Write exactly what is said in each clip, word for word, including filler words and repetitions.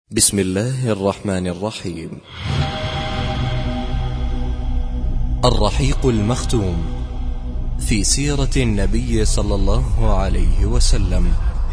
بسم الله الرحمن الرحيم. الرحيق المختوم في سيرة النبي صلى الله عليه وسلم،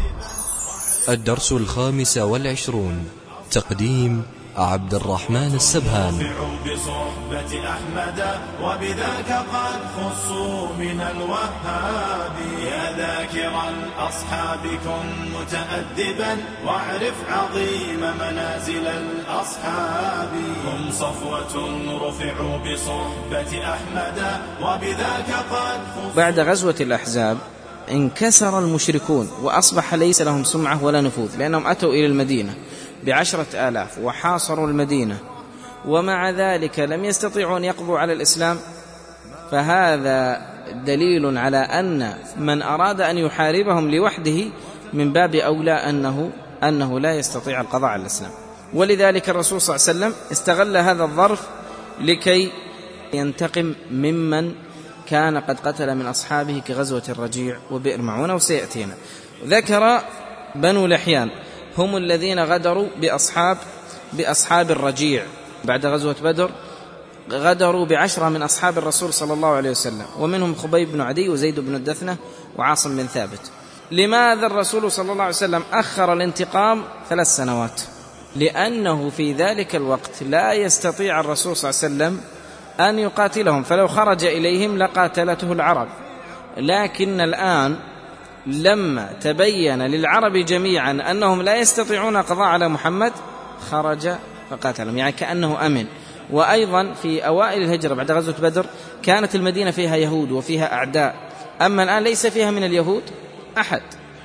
الدرس الخامس والعشرون. تقديم عبد الرحمن السبهان. بصحبة أحمد وبذاك قد خصوا من الوهاب. يا ذاكر الأصحاب كن متأدبا واعرف عظيم منازل الأصحاب. هم صفوة رفعوا بصحبة أحمد وبذاك قد خصوا. بعد غزوة الأحزاب انكسر المشركون وأصبح ليس لهم سمعة ولا نفوذ، لأنهم أتوا إلى المدينة بعشرة آلاف وحاصروا المدينة، ومع ذلك لم يستطيعوا أن يقضوا على الإسلام. فهذا دليل على أن من أراد أن يحاربهم لوحده من باب أولى أنه, أنه لا يستطيع القضاء على الإسلام. ولذلك الرسول صلى الله عليه وسلم استغل هذا الظرف لكي ينتقم ممن كان قد قتل من أصحابه كغزوة الرجيع وبئر معونة، وسيأتينا. ذكر بنو لحيان هم الذين غدروا بأصحاب بأصحاب الرجيع بعد غزوة بدر، غدروا بعشرة من أصحاب الرسول صلى الله عليه وسلم، ومنهم خبيب بن عدي وزيد بن الدثنة وعاصم بن ثابت. لماذا الرسول صلى الله عليه وسلم أخر الانتقام ثلاث سنوات؟ لأنه في ذلك الوقت لا يستطيع الرسول صلى الله عليه وسلم أن يقاتلهم، فلو خرج إليهم لقاتلته العرب. لكن الآن لما تبين للعرب جميعا أنهم لا يستطيعون قضاء على محمد خرج فقاتلهم، يعني كأنه أمن. وأيضا في أوائل الهجرة بعد غزوة بدر كانت المدينة فيها يهود وفيها أعداء، أما الآن ليس فيها من اليهود أحد.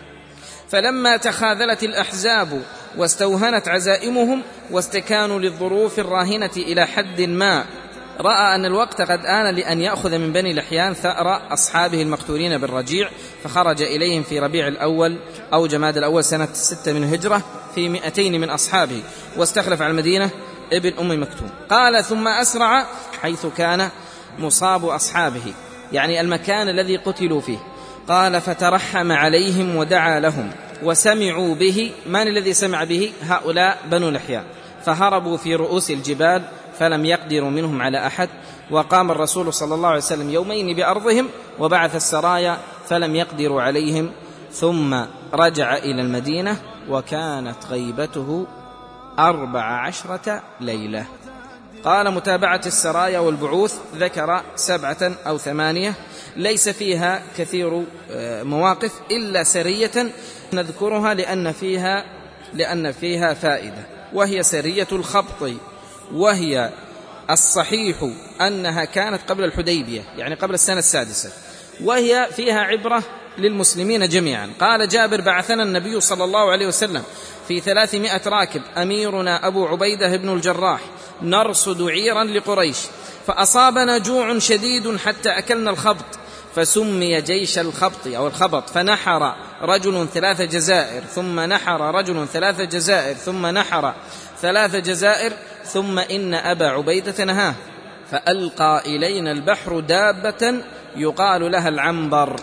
فلما تخاذلت الأحزاب واستوهنت عزائمهم واستكانوا للظروف الراهنة إلى حد ما، رأى أن الوقت قد آن لأن يأخذ من بني لحيان ثأر أصحابه المقتولين بالرجيع، فخرج إليهم في ربيع الأول أو جماد الأول سنة ستة من الهجرة في مئتين من أصحابه، واستخلف على المدينة ابن أم مكتوم. قال ثم أسرع حيث كان مصاب أصحابه، يعني المكان الذي قتلوا فيه. قال فترحم عليهم ودعا لهم وسمعوا به. من الذي سمع به؟ هؤلاء بنو لحيان. فهربوا في رؤوس الجبال فلم يقدروا منهم على أحد. وقام الرسول صلى الله عليه وسلم يومين بأرضهم وبعث السرايا فلم يقدروا عليهم، ثم رجع إلى المدينة وكانت غيبته أربع عشرة ليلة. قال متابعة السرايا والبعوث ذكر سبعة أو ثمانية، ليس فيها كثير مواقف إلا سرية نذكرها لأن فيها, لأن فيها فائدة، وهي سرية الخبط، وهي الصحيح أنها كانت قبل الحديبية، يعني قبل السنة السادسة، وهي فيها عبرة للمسلمين جميعا. قال جابر بعثنا النبي صلى الله عليه وسلم في ثلاثمائة راكب، أميرنا أبو عبيدة بن الجراح، نرصد عيرا لقريش، فأصابنا جوع شديد حتى أكلنا الخبط، فسمي جيش الخبط أو الخبط. فنحر رجل ثلاث جزائر، ثم نحر رجل ثلاث جزائر، ثم نحر ثلاث جزائر، ثم إن أبا عبيدة نهاه، فألقى إلينا البحر دابة يقال لها العنبر،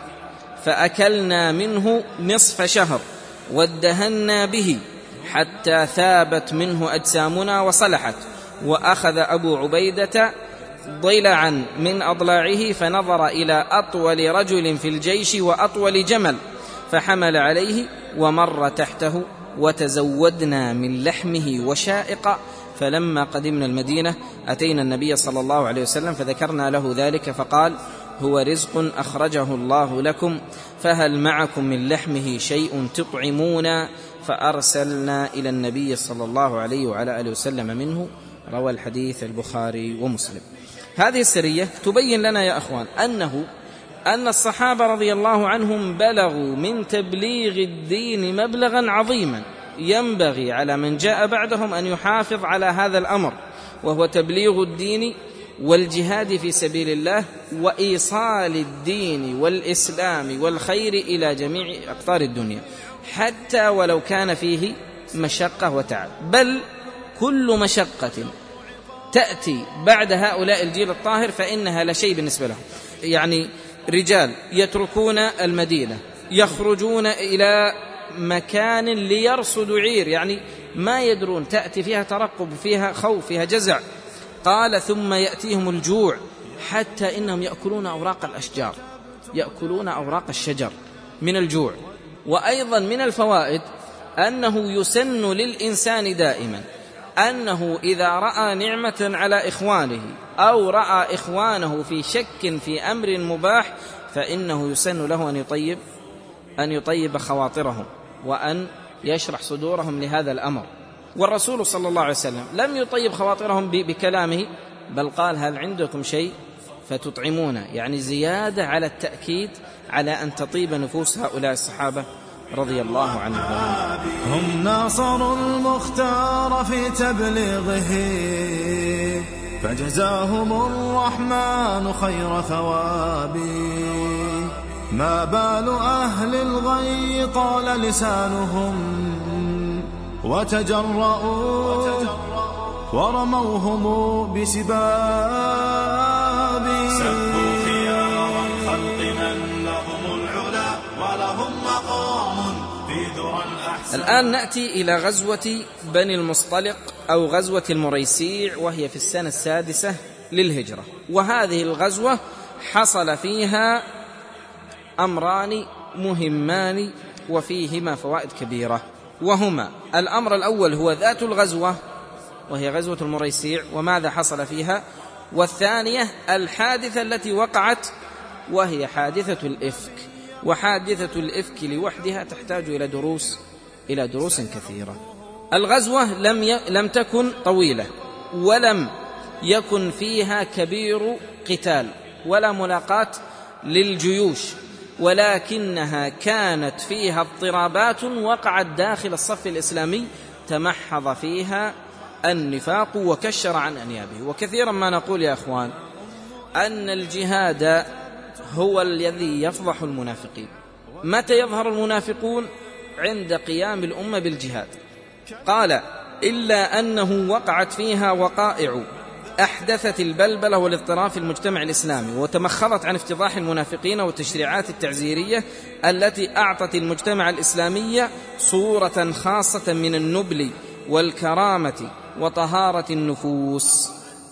فأكلنا منه نصف شهر وادهنا به حتى ثابت منه أجسامنا وصلحت. وأخذ أبو عبيدة ضلعا من أضلاعه فنظر إلى أطول رجل في الجيش وأطول جمل فحمل عليه ومر تحته، وتزودنا من لحمه وشائق. فلما قدمنا المدينة أتينا النبي صلى الله عليه وسلم فذكرنا له ذلك، فقال هو رزق أخرجه الله لكم، فهل معكم من لحمه شيء تطعمون؟ فأرسلنا إلى النبي صلى الله عليه وعلى آله وسلم منه. روى الحديث البخاري ومسلم. هذه السرية تبين لنا يا أخوان أنه أن الصحابة رضي الله عنهم بلغوا من تبليغ الدين مبلغا عظيما، ينبغي على من جاء بعدهم أن يحافظ على هذا الأمر، وهو تبليغ الدين والجهاد في سبيل الله وإيصال الدين والإسلام والخير إلى جميع أقطار الدنيا، حتى ولو كان فيه مشقة وتعب. بل كل مشقة تأتي بعد هؤلاء الجيل الطاهر فإنها لا شيء بالنسبة لهم. يعني رجال يتركون المدينة يخرجون إلى مكان ليرصدوا عير، يعني ما يدرون، تأتي فيها ترقب، فيها خوف، فيها جزع. قال ثم يأتيهم الجوع حتى إنهم يأكلون أوراق الأشجار، يأكلون أوراق الشجر من الجوع. وأيضا من الفوائد أنه يسن للإنسان دائما أنه إذا رأى نعمة على إخوانه أو رأى إخوانه في شك في أمر مباح فإنه يسن له أن يطيب أن يطيب خواطرهم وأن يشرح صدورهم لهذا الأمر. والرسول صلى الله عليه وسلم لم يطيب خواطرهم بكلامه، بل قال هل عندكم شيء فتطعمون، يعني زيادة على التأكيد على أن تطيب نفوس هؤلاء الصحابة رضي الله عنهم. هم ناصروا المختار في تبليغه فجزاهم الرحمن خير ثواب. ما بال أهل الغي طال لسانهم وتجرؤوا ورموهم بسباب. سبوا خيار الخلق من لهم العلا ولهم مقام في ذرى الأحسان. الآن نأتي إلى غزوة بني المصطلق أو غزوة المريسيع، وهي في السنة السادسة للهجرة. وهذه الغزوة حصل فيها أمران مهمان وفيهما فوائد كبيرة، وهما: الأمر الأول هو ذات الغزوة وهي غزوة المريسيع وماذا حصل فيها، والثانية الحادثة التي وقعت وهي حادثة الإفك. وحادثة الإفك لوحدها تحتاج إلى دروس إلى دروس كثيرة. الغزوة لم ي... لم تكن طويلة ولم يكن فيها كبير قتال ولا ملاقاة للجيوش، ولكنها كانت فيها اضطرابات وقعت داخل الصف الإسلامي تمحض فيها النفاق وكشر عن أنيابه. وكثيرا ما نقول يا أخوان أن الجهاد هو الذي يفضح المنافقين. متى يظهر المنافقون؟ عند قيام الأمة بالجهاد. قال: إلا أنه وقعت فيها وقائع أحدثت البلبلة والاضطراب في المجتمع الإسلامي، وتمخضت عن افتضاح المنافقين والتشريعات التعزيرية التي أعطت المجتمع الإسلامي صورة خاصة من النبل والكرامة وطهارة النفوس.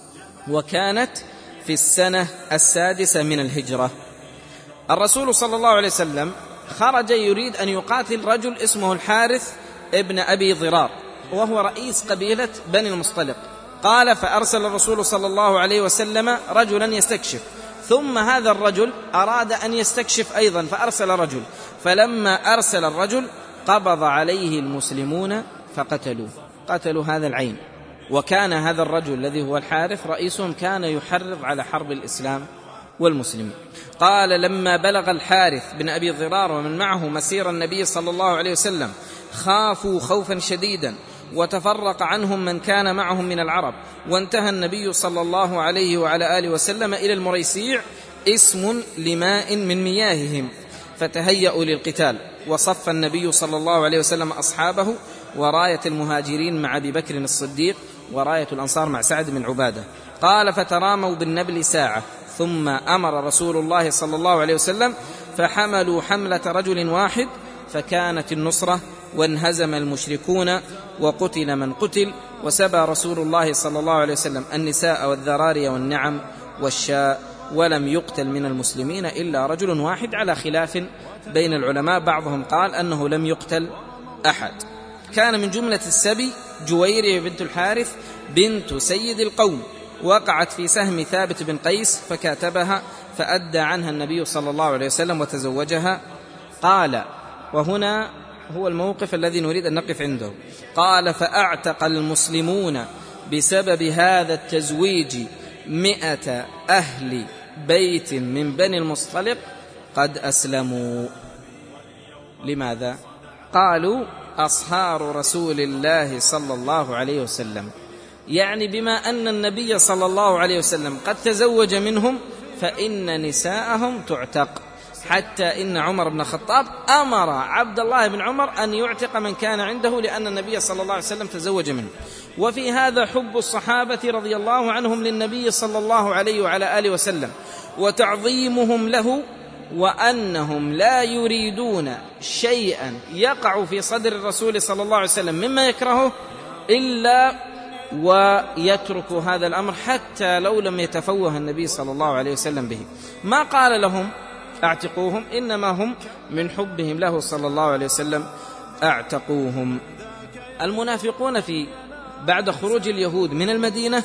وكانت في السنة السادسة من الهجرة. الرسول صلى الله عليه وسلم خرج يريد أن يقاتل رجل اسمه الحارث ابن أبي ضرار، وهو رئيس قبيلة بني المصطلق. قال: فأرسل الرسول صلى الله عليه وسلم رجلا يستكشف، ثم هذا الرجل أراد أن يستكشف أيضا فأرسل رجل، فلما أرسل الرجل قبض عليه المسلمون فقتلوه، قتلوا هذا العين. وكان هذا الرجل الذي هو الحارث رئيسهم كان يحرض على حرب الإسلام والمسلمين. قال: لما بلغ الحارث بن أبي ضرار ومن معه مسير النبي صلى الله عليه وسلم خافوا خوفا شديدا، وتفرق عنهم من كان معهم من العرب، وانتهى النبي صلى الله عليه وعلى آله وسلم إلى المريسيع، اسم لماء من مياههم، فتهيأوا للقتال. وصف النبي صلى الله عليه وسلم أصحابه، وراية المهاجرين مع أبي بكر الصديق، وراية الأنصار مع سعد بن عبادة. قال: فتراموا بالنبل ساعة، ثم أمر رسول الله صلى الله عليه وسلم فحملوا حملة رجل واحد، فكانت النصرة، وانهزم المشركون، وقتل من قتل، وسبى رسول الله صلى الله عليه وسلم النساء والذراري والنعم والشاء، ولم يقتل من المسلمين إلا رجل واحد، على خلاف بين العلماء، بعضهم قال أنه لم يقتل أحد. كان من جملة السبي جويرية بنت الحارث بنت سيد القوم، وقعت في سهم ثابت بن قيس فكاتبها، فأدى عنها النبي صلى الله عليه وسلم وتزوجها. قال، وهنا هو الموقف الذي نريد أن نقف عنده، قال: فأعتق المسلمون بسبب هذا التزويج مئة أهل بيت من بني المصطلق قد أسلموا. لماذا؟ قالوا: أصهار رسول الله صلى الله عليه وسلم، يعني بما أن النبي صلى الله عليه وسلم قد تزوج منهم فإن نساءهم تعتق، حتى إن عمر بن الخطاب أمر عبد الله بن عمر أن يعتق من كان عنده، لأن النبي صلى الله عليه وسلم تزوج منه. وفي هذا حب الصحابة رضي الله عنهم للنبي صلى الله عليه وعلى آله وسلم، وتعظيمهم له وأنهم لا يريدون شيئا يقع في صدر الرسول صلى الله عليه وسلم مما يكرهه إلا ويترك هذا الأمر حتى لو لم يتفوه النبي صلى الله عليه وسلم به. ما قال لهم اعتقوهم، إنما هم من حبهم له صلى الله عليه وسلم اعتقوهم. المنافقون في بعد خروج اليهود من المدينة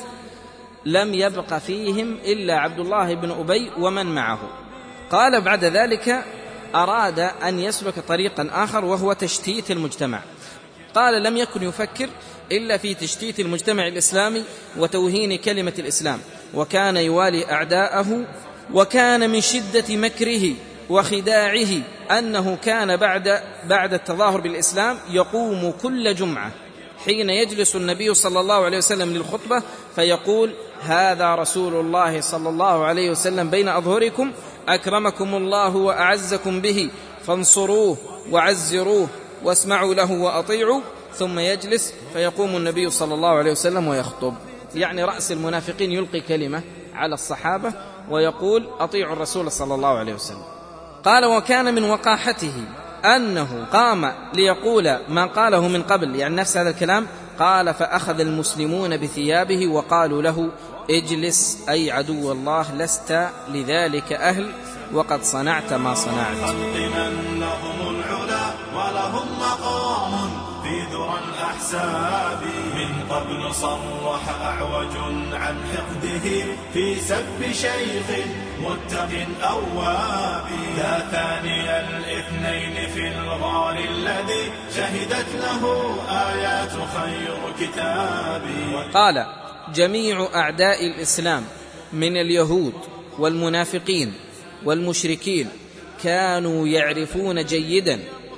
لم يبق فيهم إلا عبد الله بن أبي ومن معه. قال بعد ذلك أراد أن يسلك طريقا آخر وهو تشتيت المجتمع. قال لم يكن يفكر إلا في تشتيت المجتمع الإسلامي وتوهين كلمة الإسلام، وكان يوالي أعداءه، وكان من شدة مكره وخداعه أنه كان بعد بعد التظاهر بالإسلام يقوم كل جمعة حين يجلس النبي صلى الله عليه وسلم للخطبة فيقول: هذا رسول الله صلى الله عليه وسلم بين أظهركم، أكرمكم الله وأعزكم به، فانصروه وعزروه واسمعوا له وأطيعوا. ثم يجلس فيقوم النبي صلى الله عليه وسلم ويخطب. يعني رأس المنافقين يلقي كلمة على الصحابة ويقول: أطيعوا الرسول صلى الله عليه وسلم. قال: وكان من وقاحته أنه قام ليقول ما قاله من قبل، يعني نفس هذا الكلام. قال: فأخذ المسلمون بثيابه وقالوا له: اجلس أي عدو الله، لست لذلك أهل، وقد صنعت ما صنعت. من لهم العلا ولهم مقام في ذرى الأحساب، من قبل صرح أعوج عن حقده في سب شيخ متق أواب، لا ثاني الاثنين في الغار الذي شهدت له آيات خير كتاب. قال: جميع أعداء الإسلام من اليهود والمنافقين والمشركين كانوا يعرفون جيدا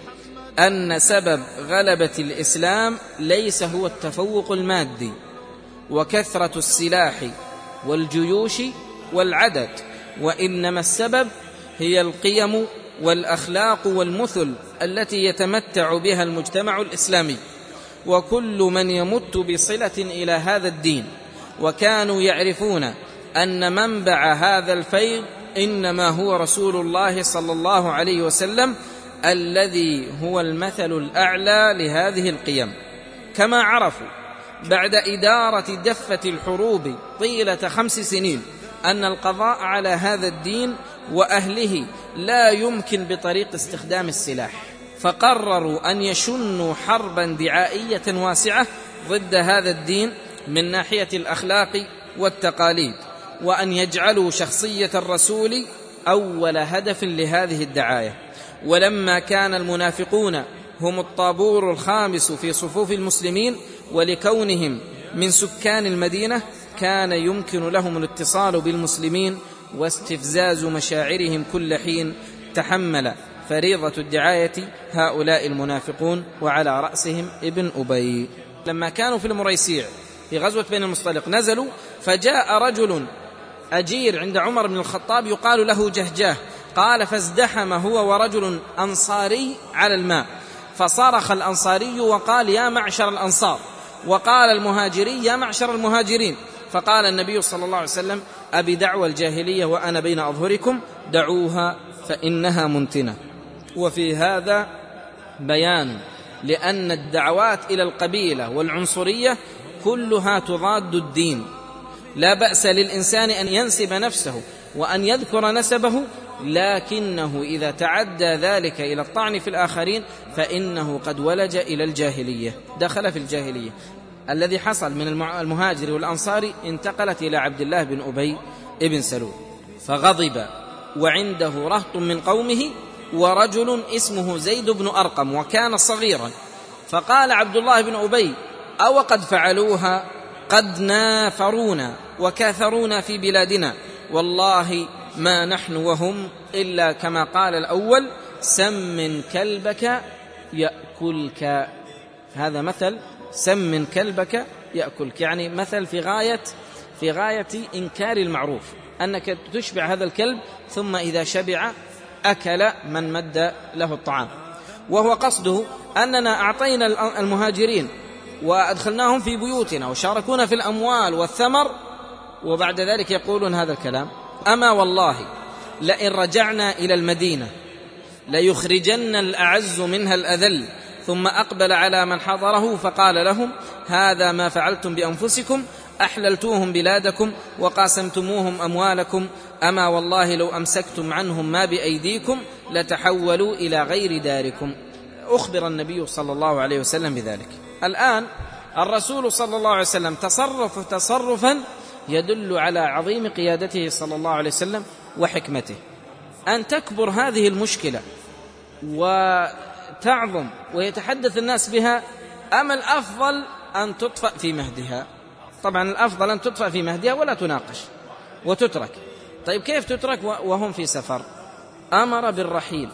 أن سبب غلبة الإسلام ليس هو التفوق المادي وكثرة السلاح والجيوش والعدد، وإنما السبب هي القيم والأخلاق والمثل التي يتمتع بها المجتمع الإسلامي، وكل من يمت بصلة إلى هذا الدين. وكانوا يعرفون أن منبع هذا الفيض إنما هو رسول الله صلى الله عليه وسلم الذي هو المثل الأعلى لهذه القيم. كما عرفوا بعد إدارة دفة الحروب طيلة خمس سنين أن القضاء على هذا الدين وأهله لا يمكن بطريق استخدام السلاح، فقرروا أن يشنوا حربا دعائية واسعة ضد هذا الدين من ناحية الأخلاق والتقاليد، وأن يجعلوا شخصية الرسول أول هدف لهذه الدعاية. ولما كان المنافقون هم الطابور الخامس في صفوف المسلمين ولكونهم من سكان المدينة، كان يمكن لهم الاتصال بالمسلمين واستفزاز مشاعرهم كل حين. تحمل فريضة الدعاية هؤلاء المنافقون وعلى رأسهم ابن أبي. لما كانوا في المريسيع في غزوة بني المصطلق نزلوا، فجاء رجل أجير عند عمر بن الخطاب يقال له جهجاه. قال: فازدحم هو ورجل أنصاري على الماء، فصرخ الأنصاري وقال: يا معشر الأنصار، وقال المهاجري: يا معشر المهاجرين. فقال النبي صلى الله عليه وسلم: أبي دعوى الجاهلية وأنا بين أظهركم، دعوها فإنها منتنة. وفي هذا بيان لأن الدعوات إلى القبيلة والعنصرية كلها تضاد الدين. لا بأس للإنسان أن ينسب نفسه وأن يذكر نسبه، لكنه إذا تعدى ذلك إلى الطعن في الآخرين فإنه قد ولج إلى الجاهلية، دخل في الجاهلية. الذي حصل من المهاجر والأنصاري انتقلت إلى عبد الله بن أبي ابن سلول، فغضب وعنده رهط من قومه ورجل اسمه زيد بن أرقم وكان صغيرا. فقال عبد الله بن أبي: أو قد فعلوها؟ قد نافرونا وكاثرونا في بلادنا، والله ما نحن وهم إلا كما قال الأول: سمن كلبك يأكلك. هذا مثل سمن كلبك يأكلك، يعني مثل في غاية في غاية إنكار المعروف، أنك تشبع هذا الكلب ثم إذا شبع أكل من مد له الطعام. وهو قصده أننا أعطينا المهاجرين وأدخلناهم في بيوتنا وشاركونا في الأموال والثمر، وبعد ذلك يقولون هذا الكلام. أما والله لئن رجعنا إلى المدينة ليخرجن الأعز منها الأذل، ثم أقبل على من حضره فقال لهم: هذا ما فعلتم بأنفسكم، أحللتوهم بلادكم وقاسمتموهم أموالكم، أما والله لو أمسكتم عنهم ما بأيديكم لتحولوا إلى غير داركم. أخبر النبي صلى الله عليه وسلم بذلك. الآن الرسول صلى الله عليه وسلم تصرف تصرفا يدل على عظيم قيادته صلى الله عليه وسلم وحكمته. أن تكبر هذه المشكلة وتعظم ويتحدث الناس بها، أما الأفضل أن تطفأ في مهدها؟ طبعا الأفضل أن تطفأ في مهدها ولا تناقش وتترك. طيب كيف تترك وهم في سفر؟ أمر بالرحيل،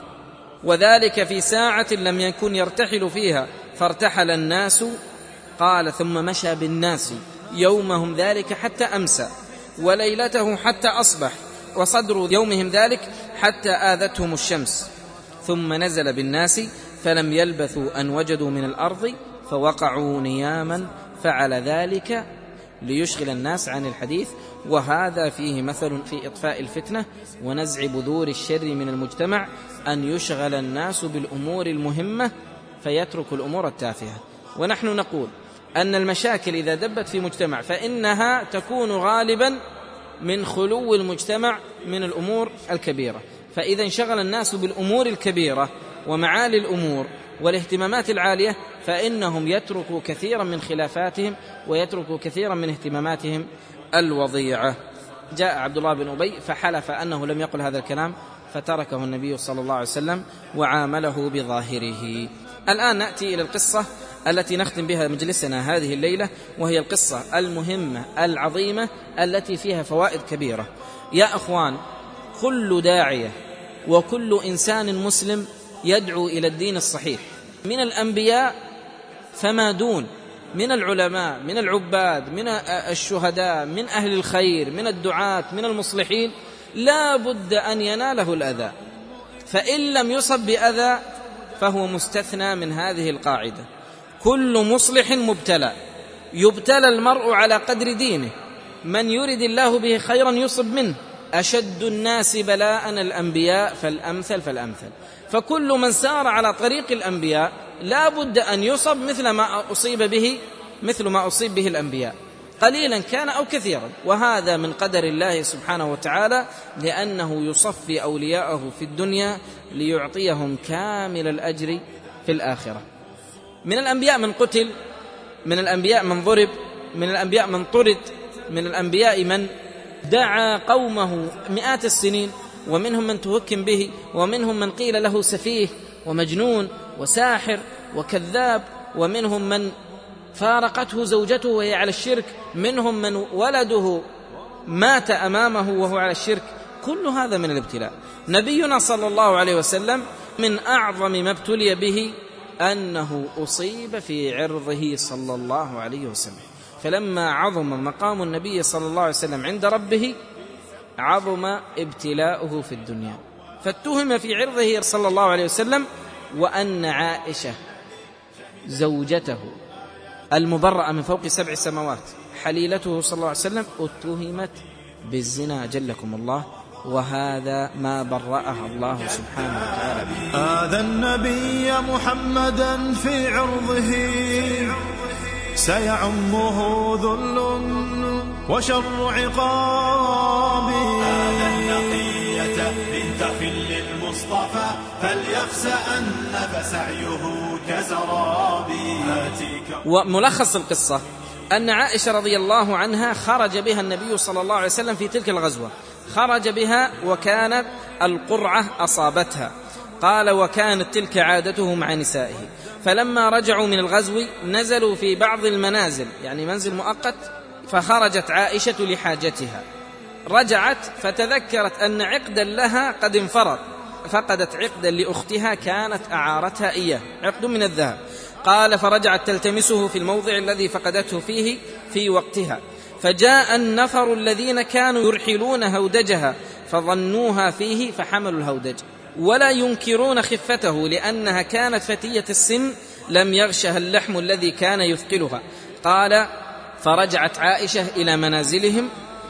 وذلك في ساعة لم يكن يرتحل فيها، فارتحل الناس. قال: ثم مشى بالناس يومهم ذلك حتى أمسى، وليلته حتى أصبح، وصدر يومهم ذلك حتى آذتهم الشمس، ثم نزل بالناس فلم يلبثوا أن وجدوا من الأرض فوقعوا نياما، فعل ذلك ليشغل الناس عن الحديث. وهذا فيه مثل في إطفاء الفتنة ونزع بذور الشر من المجتمع، أن يشغل الناس بالأمور المهمة فيترك الأمور التافهة. ونحن نقول أن المشاكل إذا دبت في مجتمع فإنها تكون غالبا من خلو المجتمع من الأمور الكبيرة، فإذا انشغل الناس بالأمور الكبيرة ومعالي الأمور والاهتمامات العالية فإنهم يتركوا كثيرا من خلافاتهم ويتركوا كثيرا من اهتماماتهم الوضيعة. جاء عبد الله بن أبي فحلف أنه لم يقل هذا الكلام، فتركه النبي صلى الله عليه وسلم وعامله بظاهره. الآن نأتي إلى القصة التي نختم بها مجلسنا هذه الليلة، وهي القصة المهمة العظيمة التي فيها فوائد كبيرة. يا أخوان، كل داعية وكل إنسان مسلم يدعو إلى الدين الصحيح، من الأنبياء فما دون، من العلماء، من العباد، من الشهداء، من أهل الخير، من الدعاة، من المصلحين، لا بد أن يناله الأذى، فإن لم يصب بأذى فهو مستثنى من هذه القاعدة. كل مصلح مبتلى، يبتلى المرء على قدر دينه، من يرد الله به خيرا يصب منه. أشد الناس بلاء الأنبياء فالأمثل فالأمثل، فكل من سار على طريق الأنبياء لا بد أن يصب مثل ما أصيب به مثل ما أصيب به الأنبياء، قليلا كان أو كثيرا، وهذا من قدر الله سبحانه وتعالى، لأنه يصفي أولياءه في الدنيا ليعطيهم كامل الأجر في الآخرة. من الأنبياء من قتل، من الأنبياء من ضرب، من الأنبياء من طرد، من الأنبياء من دعا قومه مئات السنين، ومنهم من توكم به، ومنهم من قيل له سفيه ومجنون وساحر وكذاب، ومنهم من فارقته زوجته وهي على الشرك، منهم من ولده مات أمامه وهو على الشرك. كل هذا من الابتلاء. نبينا صلى الله عليه وسلم من أعظم ما ابتلي به أنه أصيب في عرضه صلى الله عليه وسلم، فلما عظم مقام النبي صلى الله عليه وسلم عند ربه عظم ابتلاؤه في الدنيا، فاتهم في عرضه صلى الله عليه وسلم. وأن عائشة زوجته المبرأة من فوق سبع سماوات حليلته صلى الله عليه وسلم اتهمت بالزنا جلكم الله، وهذا ما برأها الله سبحانه وتعالى به. هذا النبي محمدا في عرضه سيعمه ذل وشر عقاب. هذا النقية بنت خل المصطفى فليخشى أن فسعيه كزرابي. وملخص القصة أن عائشة رضي الله عنها خرج بها النبي صلى الله عليه وسلم في تلك الغزوة، خرج بها وكانت القرعة أصابتها. قال: وكانت تلك عادته مع نسائه، فلما رجعوا من الغزو نزلوا في بعض المنازل، يعني منزل مؤقت، فخرجت عائشة لحاجتها، رجعت فتذكرت أن عقدا لها قد انفرط، فقدت عقدا لأختها كانت أعارتها إياه، عقد من الذهب. قال: فرجعت تلتمسه في الموضع الذي فقدته فيه في وقتها، فجاء النفر الذين كانوا يرحلون هودجها فظنوها فيه فحملوا الهودج، ولا ينكرون خفته لأنها كانت فتية السن لم يغشها اللحم الذي كان يثقلها. قال: فرجعت عائشة إلى منازلهم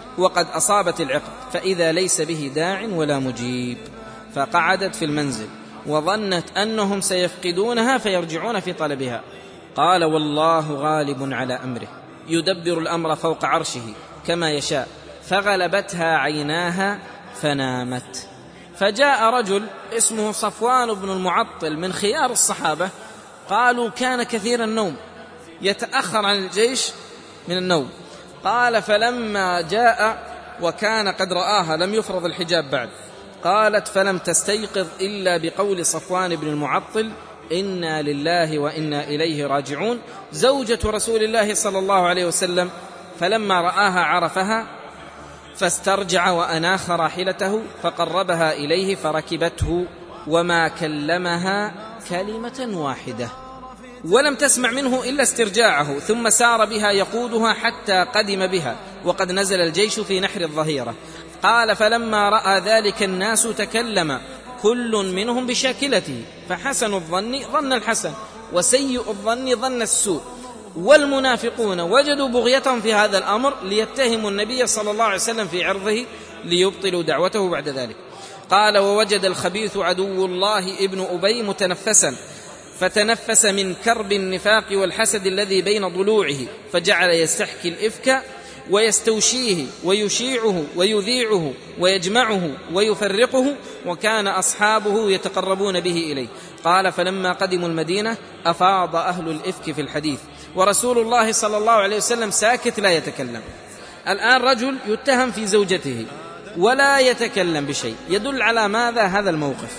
وقد أصابت العقد، فإذا ليس به داع ولا مجيب. فقعدت في المنزل وظنت أنهم سيفقدونها فيرجعون في طلبها. قال: والله غالب على أمره يدبر الأمر فوق عرشه كما يشاء. فغلبتها عيناها فنامت. فجاء رجل اسمه صفوان بن المعطل من خيار الصحابة، قالوا كان كثير النوم، يتأخر عن الجيش من النوم. قال: فلما جاء وكان قد رآها، لم يفرض الحجاب بعد، قالت: فلم تستيقظ إلا بقول صفوان بن المعطل: إنا لله وإنا إليه راجعون، زوجة رسول الله صلى الله عليه وسلم. فلما رآها عرفها فاسترجع وأناخ راحلته فقربها إليه فركبته، وما كلمها كلمة واحدة، ولم تسمع منه إلا استرجاعه، ثم سار بها يقودها حتى قدم بها وقد نزل الجيش في نحر الظهيرة. قال: فلما رأى ذلك الناس تكلم كل منهم بشاكلته، فحسن الظن ظن الحسن وسيء الظن ظن السوء، والمنافقون وجدوا بغيتهم في هذا الأمر ليتهموا النبي صلى الله عليه وسلم في عرضه ليبطلوا دعوته بعد ذلك. قال: ووجد الخبيث عدو الله ابن أبي متنفسا، فتنفس من كرب النفاق والحسد الذي بين ضلوعه، فجعل يستحكي الإفك ويستوشيه ويشيعه ويذيعه ويجمعه ويفرقه، وكان أصحابه يتقربون به إليه. قال: فلما قدموا المدينة أفاض أهل الإفك في الحديث، ورسول الله صلى الله عليه وسلم ساكت لا يتكلم. الآن رجل يتهم في زوجته ولا يتكلم بشيء، يدل على ماذا هذا الموقف؟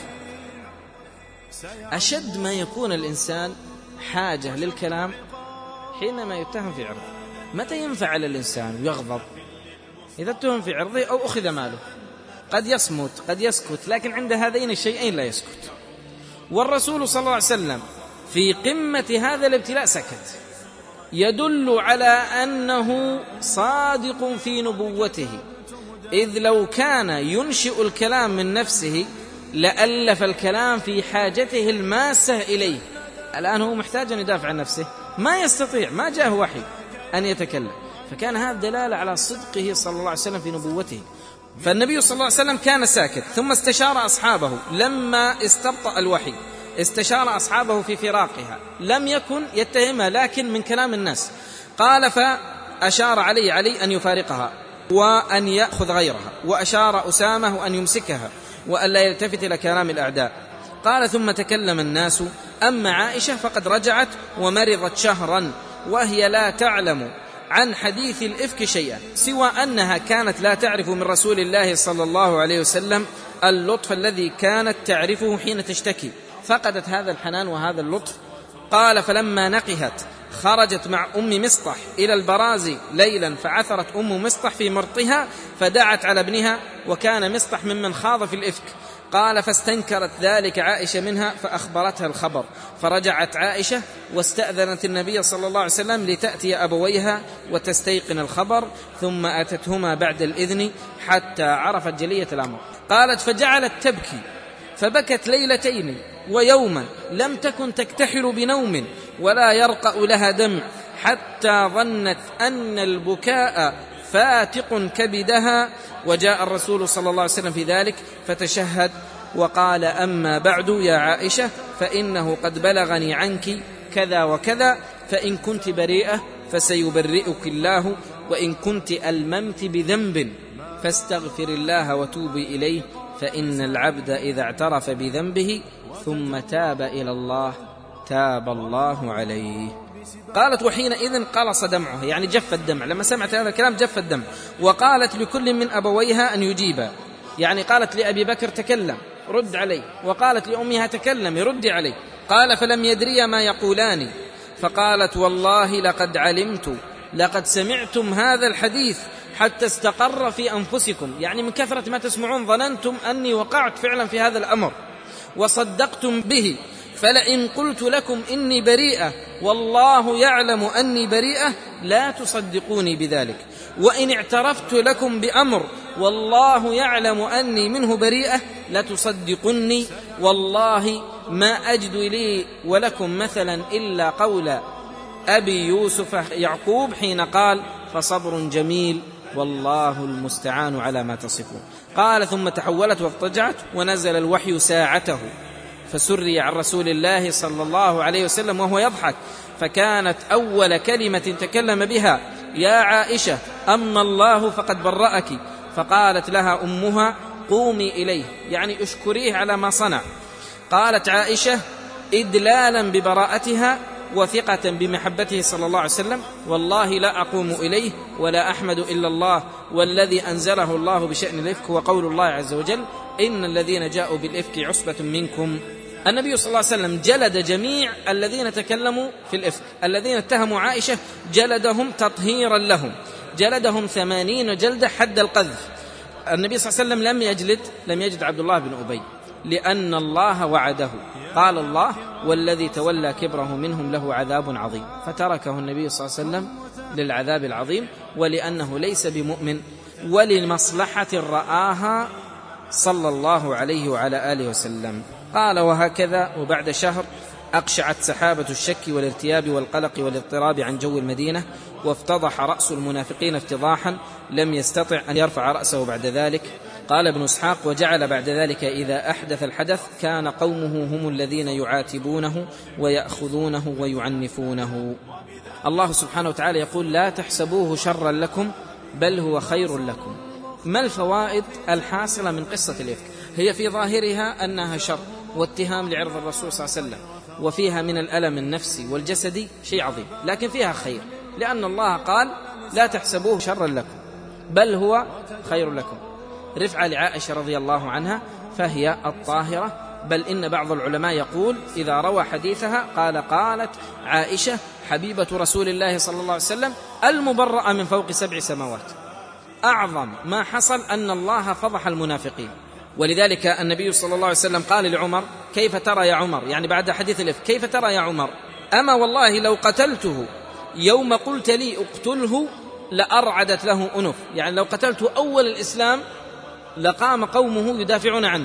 أشد ما يكون الإنسان حاجة للكلام حينما يتهم في عرضه. متى ينفعل الإنسان ويغضب؟ إذا اتهم في عرضه أو أخذ ماله. قد يصمت قد يسكت، لكن عند هذين الشيئين لا يسكت. والرسول صلى الله عليه وسلم في قمة هذا الابتلاء سكت، يدل على أنه صادق في نبوته، إذ لو كان ينشئ الكلام من نفسه لألف الكلام في حاجته الماسة إليه. الآن هو محتاج أن يدافع عن نفسه، ما يستطيع، ما جاءه وحي أن يتكلم، فكان هذا دلالة على صدقه صلى الله عليه وسلم في نبوته. فالنبي صلى الله عليه وسلم كان ساكت، ثم استشار أصحابه لما استبطأ الوحي، استشار أصحابه في فراقها، لم يكن يتهمها لكن من كلام الناس. قال: فأشار علي علي أن يفارقها وأن يأخذ غيرها، وأشار أسامة أن يمسكها وأن لا يلتفت إلى كلام الأعداء. قال: ثم تكلم الناس. أما عائشة فقد رجعت ومرضت شهرا، وهي لا تعلم عن حديث الإفك شيئا، سوى أنها كانت لا تعرف من رسول الله صلى الله عليه وسلم اللطف الذي كانت تعرفه حين تشتكي، فقدت هذا الحنان وهذا اللطف. قال: فلما نقهت خرجت مع أم مصطح إلى البرازي ليلا، فعثرت أم مصطح في مرطها فدعت على ابنها، وكان مصطح ممن خاض في الإفك. قال: فاستنكرت ذلك عائشة منها فأخبرتها الخبر، فرجعت عائشة واستأذنت النبي صلى الله عليه وسلم لتأتي أبويها وتستيقن الخبر، ثم أتتهما بعد الإذن حتى عرفت جلية الأمر. قالت: فجعلت تبكي، فبكت ليلتين ويوما، لم تكن تكتحل بنوم ولا يرقأ لها دمع، حتى ظنت أن البكاء فاتق كبدها. وجاء الرسول صلى الله عليه وسلم في ذلك فتشهد وقال: أما بعد يا عائشة، فإنه قد بلغني عنك كذا وكذا، فإن كنت بريئة فسيبرئك الله، وإن كنت ألممت بذنب فاستغفر الله وتوبي إليه، فإن العبد إذا اعترف بذنبه ثم تاب إلى الله تاب الله عليه. قالت: وحينئذ قلص دمعه، يعني جف الدمع، لما سمعت هذا الكلام جف الدمع. وقالت لكل من أبويها أن يجيبا، يعني قالت لأبي بكر: تكلم رد علي، وقالت لأمها: تكلم رد علي. قال: فلم يدري ما يقولان، فقالت: والله لقد علمت، لقد سمعتم هذا الحديث حتى استقر في أنفسكم، يعني من كثرة ما تسمعون ظننتم أني وقعت فعلا في هذا الأمر وصدقتم به، فلئن قلت لكم إني بريئة والله يعلم أني بريئة لا تصدقوني بذلك، وإن اعترفت لكم بأمر والله يعلم أني منه بريئة لا تصدقني، والله ما أجد لي ولكم مثلا إلا قول أبي يوسف يعقوب حين قال: فصبر جميل والله المستعان على ما تصفون. قال ثم تحولت واضطجعت ونزل الوحي ساعته فسري عن رسول الله صلى الله عليه وسلم وهو يضحك، فكانت أول كلمة تكلم بها: يا عائشة أما الله فقد برأك. فقالت لها أمها: قومي إليه، يعني اشكريه على ما صنع. قالت عائشة إدلالا ببراءتها وثقة بمحبته صلى الله عليه وسلم: والله لا أقوم إليه ولا أحمد إلا الله، والذي أنزله الله بشأن الإفك هو قول الله عز وجل: إن الذين جاءوا بالإفك عصبة منكم. النبي صلى الله عليه وسلم جلد جميع الذين تكلموا في الإفك، الذين اتهموا عائشة جلدهم تطهيرا لهم، جلدهم ثمانين جلدة حد القذف. النبي صلى الله عليه وسلم لم يجلد لم يجد عبد الله بن أبي، لأن الله وعده، قال الله: والذي تولى كبره منهم له عذاب عظيم، فتركه النبي صلى الله عليه وسلم للعذاب العظيم، ولأنه ليس بمؤمن، ولمصلحة رآها صلى الله عليه وعلى آله وسلم. قال: وهكذا وبعد شهر أقشعت سحابة الشك والارتياب والقلق والاضطراب عن جو المدينة، وافتضح رأس المنافقين افتضاحا لم يستطع أن يرفع رأسه بعد ذلك. قال ابن إسحاق: وجعل بعد ذلك إذا أحدث الحدث كان قومه هم الذين يعاتبونه ويأخذونه ويعنفونه. الله سبحانه وتعالى يقول: لا تحسبوه شرا لكم بل هو خير لكم. ما الفوائد الحاصلة من قصة الإفك؟ هي في ظاهرها أنها شر واتهام لعرض الرسول صلى الله عليه وسلم، وفيها من الألم النفسي والجسدي شيء عظيم، لكن فيها خير، لأن الله قال: لا تحسبوه شرا لكم بل هو خير لكم. رفعة لعائشة رضي الله عنها فهي الطاهرة، بل إن بعض العلماء يقول إذا روى حديثها قال: قالت عائشة حبيبة رسول الله صلى الله عليه وسلم المبرأة من فوق سبع سماوات. أعظم ما حصل أن الله فضح المنافقين، ولذلك النبي صلى الله عليه وسلم قال لعمر: كيف ترى يا عمر، يعني بعد حديث الإفك، كيف ترى يا عمر؟ أما والله لو قتلته يوم قلت لي اقتله لأرعدت له أنف، يعني لو قتلته أول الإسلام لقام قومه يدافعون عنه،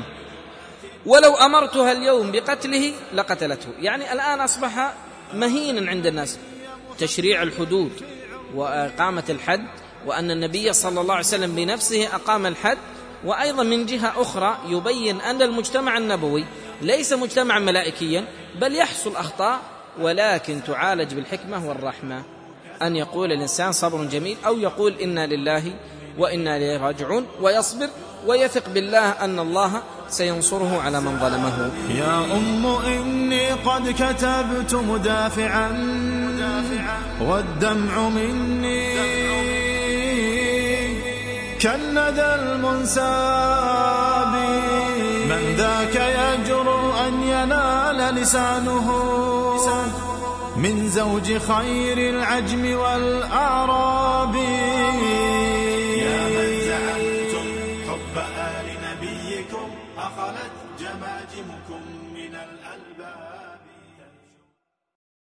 ولو أمرتها اليوم بقتله لقتلته. يعني الآن أصبح مهينا عند الناس تشريع الحدود وإقامة الحد، وأن النبي صلى الله عليه وسلم بنفسه أقام الحد. وأيضا من جهة أخرى يبين أن المجتمع النبوي ليس مجتمعا ملائكيا، بل يحصل أخطاء ولكن تعالج بالحكمة والرحمة، أن يقول الإنسان صبر جميل، أو يقول إنا لله وإنا إليه راجعون، ويصبر ويثق بالله أن الله سينصره على من ظلمه. يا أم إني قد كتبت مدافعا والدمع مني كالندى المنساب، من ذاك يجرؤ أن ينال لسانه من زوج خير العجم والأعراب. يا من زعمتم حب آل نبيكم أخلت جماجمكم من